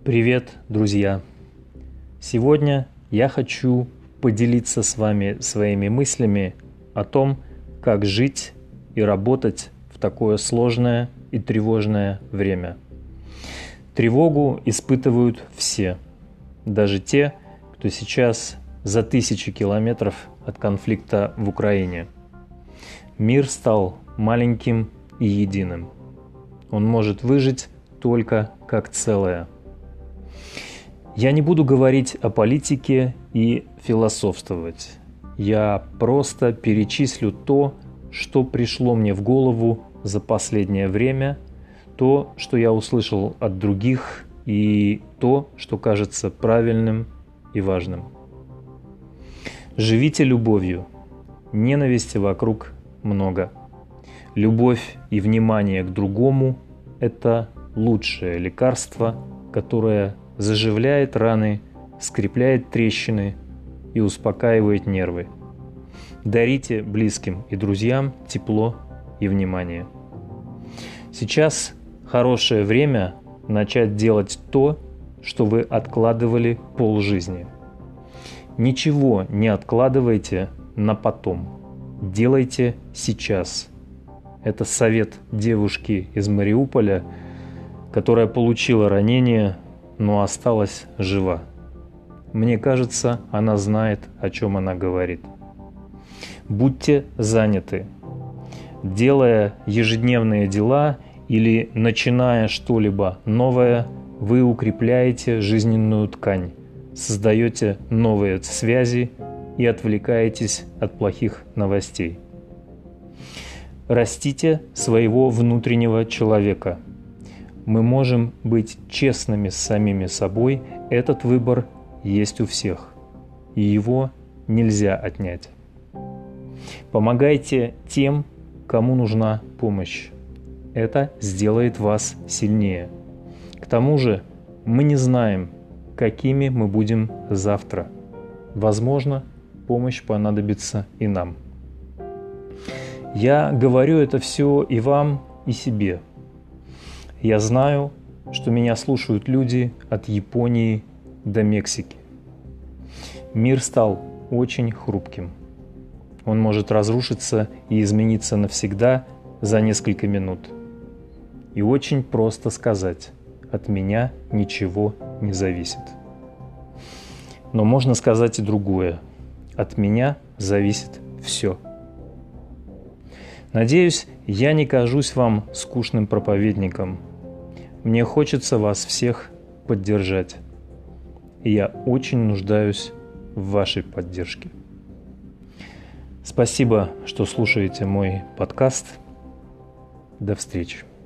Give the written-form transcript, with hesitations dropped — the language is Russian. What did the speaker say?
Привет, друзья! Сегодня я хочу поделиться с вами своими мыслями о том, как жить и работать в такое сложное и тревожное время. Тревогу испытывают все, даже те, кто сейчас за тысячи километров от конфликта в Украине. Мир стал маленьким и единым. Он может выжить только как целое. Я не буду говорить о политике и философствовать. Я просто перечислю то, что пришло мне в голову за последнее время, то, что я услышал от других, и то, что кажется правильным и важным. Живите любовью. Ненависти вокруг много. Любовь и внимание к другому – это лучшее лекарство, которое заживляет раны, скрепляет трещины и успокаивает нервы. Дарите близким и друзьям тепло и внимание. Сейчас хорошее время начать делать то, что вы откладывали полжизни. Ничего не откладывайте на потом. Делайте сейчас. Это совет девушки из Мариуполя, которая получила ранение, но осталась жива. Мне кажется, она знает, о чем она говорит. Будьте заняты. Делая ежедневные дела или начиная что-либо новое, вы укрепляете жизненную ткань, создаете новые связи и отвлекаетесь от плохих новостей. Растите своего внутреннего человека. Мы можем быть честными с самими собой, этот выбор есть у всех, и его нельзя отнять. Помогайте тем, кому нужна помощь. Это сделает вас сильнее. К тому же мы не знаем, какими мы будем завтра. Возможно, помощь понадобится и нам. Я говорю это все и вам, и себе. Я знаю, что меня слушают люди от Японии до Мексики. Мир стал очень хрупким. Он может разрушиться и измениться навсегда за несколько минут. И очень просто сказать: от меня ничего не зависит. Но можно сказать и другое: от меня зависит все. Надеюсь, я не кажусь вам скучным проповедником. Мне хочется вас всех поддержать. И я очень нуждаюсь в вашей поддержке. Спасибо, что слушаете мой подкаст. До встречи.